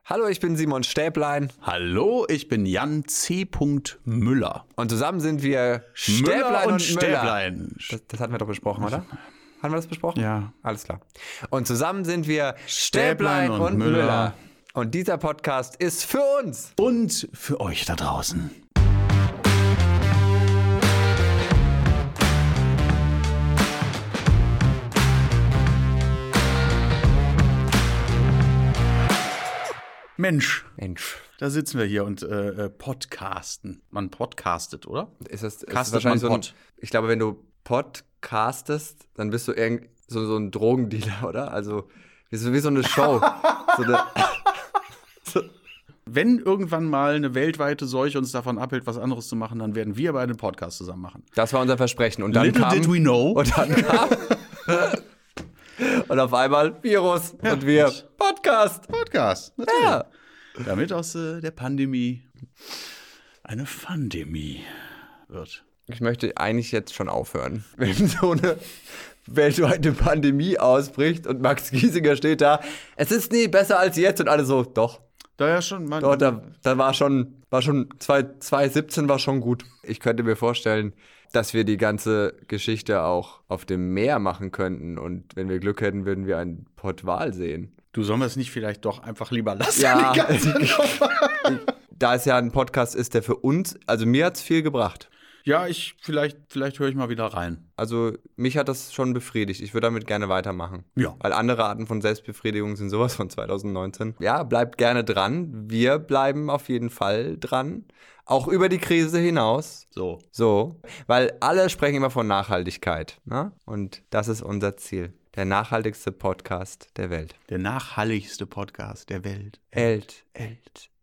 Hallo, ich bin Simon Stäblein. Hallo, ich bin Jan C. Müller. Und zusammen sind wir Stäblein und Stäblein. Müller. Das hatten wir doch besprochen, oder? Haben wir das besprochen? Ja. Alles klar. Und zusammen sind wir Stäblein und Müller. Und dieser Podcast ist für uns. Und für euch da draußen. Mensch, da sitzen wir hier und podcasten. Man podcastet, oder? Ist Castet wahrscheinlich man Pod? Ich glaube, wenn du podcastest, dann bist du so ein Drogendealer, oder? Also wie so eine Show. Wenn irgendwann mal eine weltweite Seuche uns davon abhält, was anderes zu machen, dann werden wir beide einen Podcast zusammen machen. Das war unser Versprechen. Und dann Little did we know. Und dann kam und auf einmal Virus Ja, und wir Podcast. Podcast, natürlich. Ja. Damit aus der Pandemie eine Fandemie wird. Ich möchte eigentlich jetzt schon aufhören. Wenn so eine weltweite Pandemie ausbricht und Max Giesinger steht da, es ist nie besser als jetzt und alle so, doch. Da ja schon, Doch, da war schon 2017 war schon gut. Ich könnte mir vorstellen, dass wir die ganze Geschichte auch auf dem Meer machen könnten und wenn wir Glück hätten, würden wir einen Pottwal sehen. Du sollst es nicht vielleicht doch einfach lieber lassen. Ja, die ganze da es ja ein Podcast ist, der für uns, also mir hat es viel gebracht. Ja, vielleicht höre ich mal wieder rein. Also mich hat das schon befriedigt. Ich würde damit gerne weitermachen. Ja. Weil andere Arten von Selbstbefriedigung sind sowas von 2019. Ja, bleibt gerne dran. Wir bleiben auf jeden Fall dran. Auch über die Krise hinaus. So. Weil alle sprechen immer von Nachhaltigkeit. Ne? Und das ist unser Ziel. Der nachhaltigste Podcast der Welt. Der nachhaltigste Podcast der Welt. Elt.